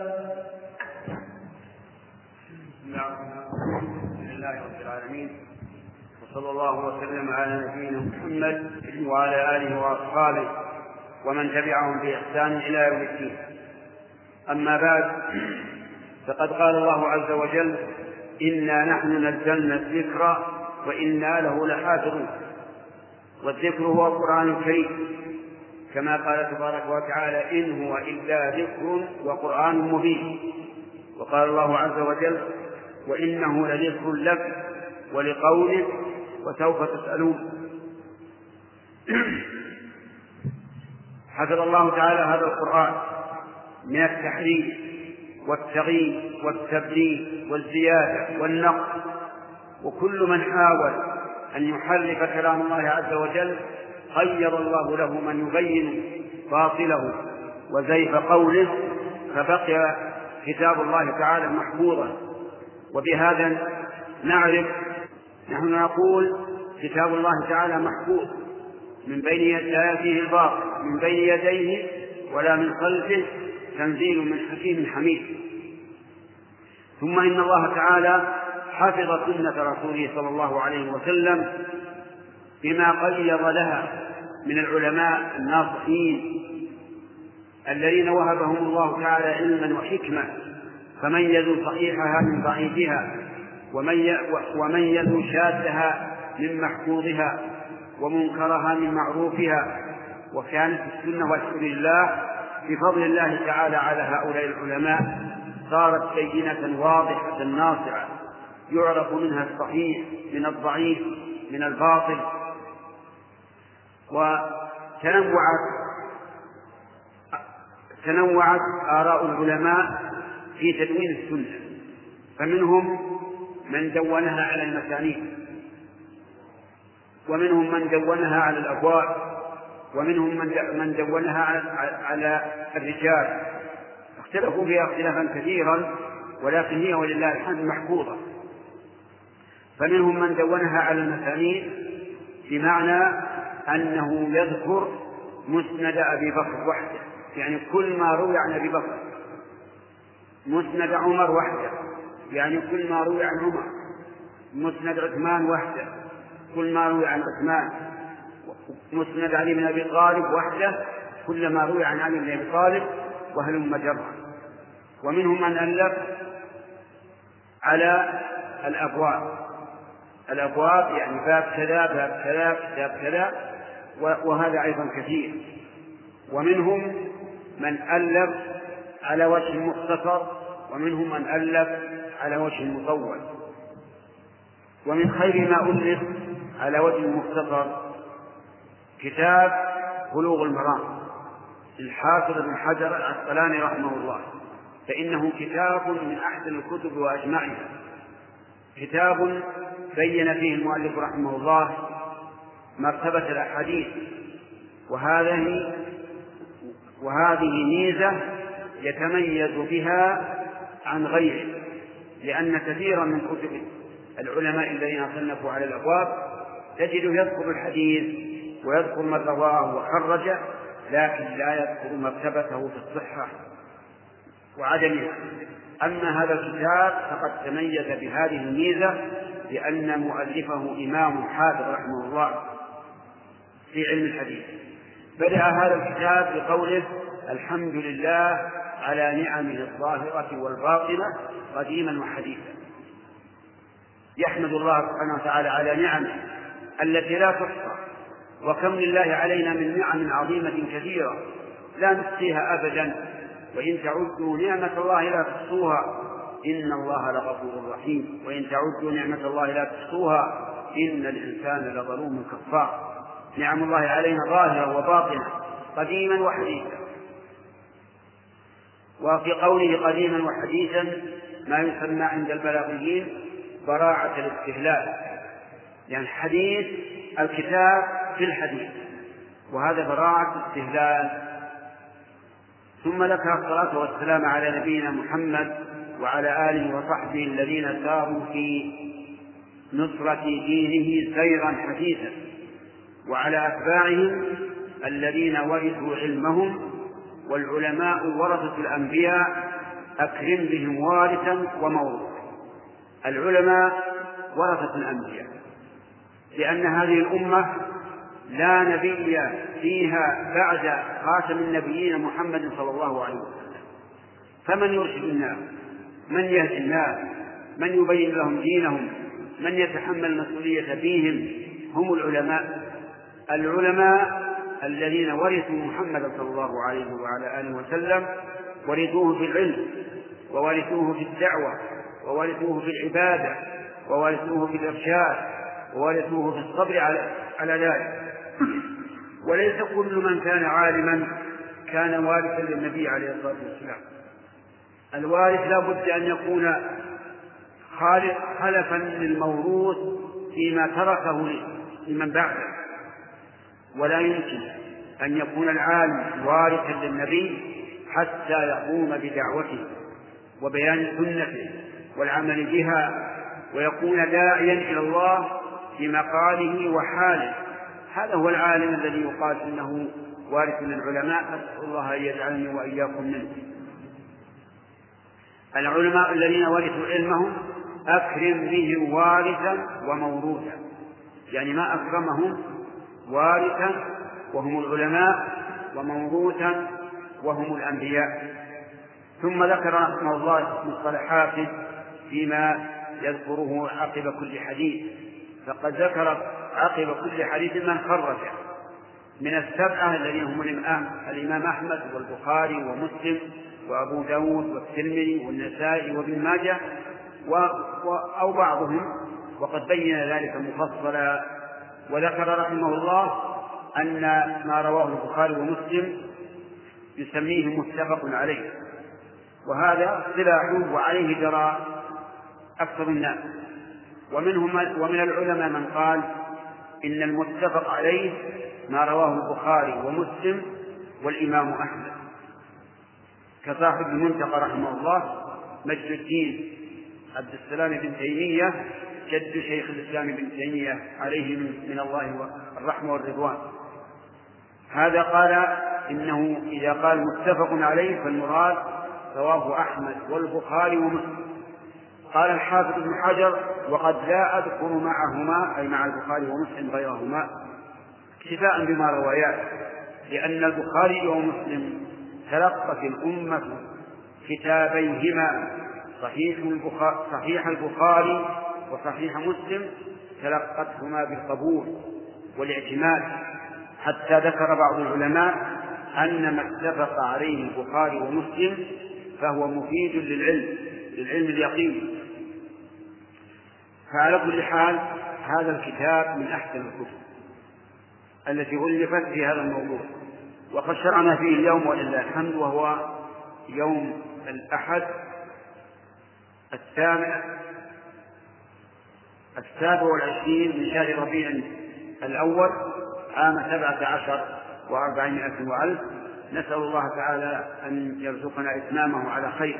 الحمد لله رب العالمين، وصلى الله وسلم على نبينا محمد وعلى آله وأصحابه ومن تبعهم بإحسان إلى يوم الدين. أما بعد، فقد قال الله عز وجل: إنا نحن نزلنا الذكر وإنا له لحافظون. والذكر هو القرآن الكريم، كما قال تبارك وتعالى: إن هو إلا ذكر وقرآن مبين. وقال الله عز وجل: وإنه لذكر لك ولقولك وسوف تسألون. حفظ الله تعالى هذا القرآن من التحريف والتغيير والتبديل والزيادة والنقص، وكل من حاول أن يحرف كلام الله عز وجل خير الله له من يبين باطله وزيف قوله، فبقي كتاب الله تعالى محفوظا. وبهذا نعرف، نحن نقول كتاب الله تعالى محفوظ من بين يديه الباطل من بين يديه ولا من خلفه، تنزيل من حكيم حميد. ثم إن الله تعالى حفظ سنة رسوله صلى الله عليه وسلم بما قيض لها من العلماء الناصحين الذين وهبهم الله تعالى علما وحكمة، فميزوا صحيحها من ضعيفها، وميزوا شاذها من محفوظها، ومنكرها من معروفها. وكانت السنة والحمد لله بفضل الله تعالى على هؤلاء العلماء صارت بينة واضحة ناصعة، يعرف منها الصحيح من الضعيف من الباطل. وتنوعت تنوعت آراء العلماء في تدوين السنة، فمنهم من دونها على المسانيد، ومنهم من دونها على الأبواب، ومنهم من دونها على الرجال. اختلفوا فيها اختلافا كثيرا، ولكن هي ولله الحمد محفوظة. فمنهم من دونها على المسانيد بمعنى أنه يذكر مسند أبي بكر وحده، يعني كل ما روي عن أبي بكر، مسند عمر وحده، يعني كل ما روي عن عمر، مسند عثمان وحده، كل ما روي عن عثمان، مسند علي بن أبي طالب وحده، كل ما روي عن علي بن أبي طالب، وهلم جرا. ومنهم من ألف على الأبواب، الأبواب يعني باب كذا باب كذا كتاب كذا، وهذا أيضا كثير. ومنهم من ألف على وجه مختصر، ومنهم من ألف على وجه مطول. ومن خير ما ألف على وجه مختصر كتاب بلوغ المرام للحافظ ابن حجر العسقلاني رحمه الله، فإنه كتاب من أحسن الكتب وأجمعها، كتاب بين فيه المؤلف رحمه الله مرتبة الأحاديث، وهذه وهذه ميزة يتميز بها عن غيره، لأن كثيرا من كتب العلماء الذين صنفوا على الأبواب تجده يذكر الحديث ويذكر من رواه وخرجه، لكن لا يذكر مرتبته في الصحة وعدمها. أما هذا الكتاب فقد تميز بهذه الميزة، لأن مؤلفه إمام حافظ رحمه الله في علم الحديث. بدأ هذا الكتاب بقوله: الحمد لله على نعمه الظاهرة والباطنة قديما وحديثا. يحمد الله سبحانه وتعالى على نعمه التي لا تحصى، وكم لله علينا من نعم عظيمة كثيرة لا نحصيها أبدا، وإن تعدوا نعمة الله لا تحصوها إن الله لغفور رحيم، وإن تعدوا نعمة الله لا تحصوها إن الإنسان لظلوم كفار. نعم الله علينا ظاهرة وباطنة قديما وحديثا. وفي قوله قديما وحديثا ما يسمى عند البلاغيين براعة الاستهلال، يعني حديث الكتاب في الحديث، وهذا براعة استهلال. ثم ذكر الصلاة والسلام على نبينا محمد وعلى آله وصحبه الذين ساروا في نصرة دينه سيرا حديثا، وعلى أتباعهم الذين ورثوا علمهم، والعلماء ورثة الأنبياء أكرم بهم وارثا وموروثا. العلماء ورثة الأنبياء، لأن هذه الأمة لا نبي فيها بعد خاتم النبيين محمد صلى الله عليه وسلم، فمن يرشد الناس، من يهدي الناس، من يبين لهم دينهم، من يتحمل المسؤولية فيهم هم العلماء. العلماء الذين ورثوا محمد صلى الله عليه وعلى آله وسلم ورثوه في العلم، وورثوه في الدعوة، وورثوه في العبادة، وورثوه في الإرشاد، وورثوه في الصبر على ذلك. وليس كل من كان عالما كان وارثا للنبي عليه الصلاة والسلام. الوارث لا بد أن يكون خلفا للموروث فيما تركه لمن بعده، ولا يمكن أن يكون العالم وارثا للنبي حتى يقوم بدعوته وبيان سنته والعمل بها، ويكون داعيا إلى الله بمقاله وحاله. هذا هو العالم الذي يقال إنه وارث للعلماء، نسأل الله أن يجعلني وإياكم منه. العلماء الذين ورثوا علمهم أكرم بهم وارثا وموروثا، يعني ما أكرمهم وارثا وهم العلماء، وموروثا وهم الأنبياء. ثم ذكر رحمه الله مصطلحات فيما يذكره عقب كل حديث، فقد ذكر عقب كل حديث من خرجه من السبعة الذين هم الإمام, الإمام أحمد والبخاري ومسلم وأبو داود والترمذي والنسائي وابن ماجه و... و... أو بعضهم، وقد بين ذلك مفصلا. وذكر رحمه الله أن ما رواه البخاري ومسلم يسميه متفق عليه، وهذا اصطلاحه وعليه جرى أكثر الناس. ومنهم ومن العلماء من قال إن المتفق عليه ما رواه البخاري ومسلم والإمام أحمد، كصاحب المنتقى رحمه الله مجد الدين عبد السلام بن تيمية جد شيخ الإسلام بن تيمية عليه من الله الرحمة والرضوان. هذا قال إنه إذا قال متفق عليه فالمراد رواه أحمد والبخاري ومسلم. قال الحافظ ابن حجر وقد لا أذكر معهما أي مع البخاري ومسلم غيرهما اكتفاء بما رواياه، لأن البخاري ومسلم تلقت الأمة كتابيهما صحيح البخاري, صحيح البخاري وصحيح مسلم تلقتهما بالقبول والاعتماد، حتى ذكر بعض العلماء أن ما اتفق عليه البخاري ومسلم فهو مفيد للعلم للعلم اليقين. فعلى كل حال هذا الكتاب من أحسن الكتب التي ألفت في هذا الموضوع، وقد شرعنا فيه اليوم ولله الحمد، وهو يوم الأحد الثامن السابع والعشرين من شهر ربيع الأول عام سبعة عشر وأربعمائة وألف. نسأل الله تعالى أن يرزقنا إتمامه على خير.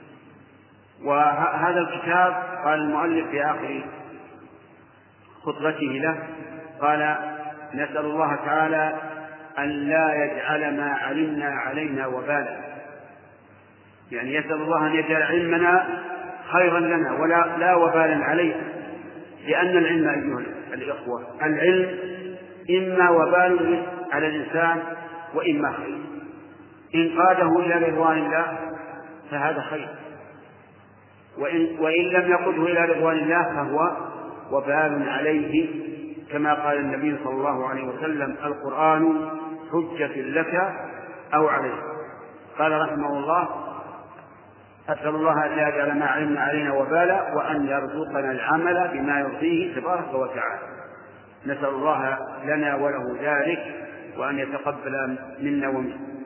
وهذا الكتاب قال المؤلف في آخر خطبته له قال نسأل الله تعالى أن لا يجعل ما علمنا علينا وبالا، يعني يسأل الله أن يجعل علمنا خيرا لنا ولا لا وبالا علينا، لأن العلم أيها الإخوة العلم إما وبال على الإنسان وإما خير، إن قاده إلى رضوان الله فهذا خير، وإن, وإن لم يقده إلى رضوان الله فهو وبال عليه، كما قال النبي صلى الله عليه وسلم القرآن حجة لك أو عليك. قال رحمه الله أسأل الله أن لا يجعل ما علمنا علينا وبالا وأن يرزقنا العمل بما يرضيه تبارك وتعالى. نسأل الله لنا وله ذلك وأن يتقبل منا ومنه.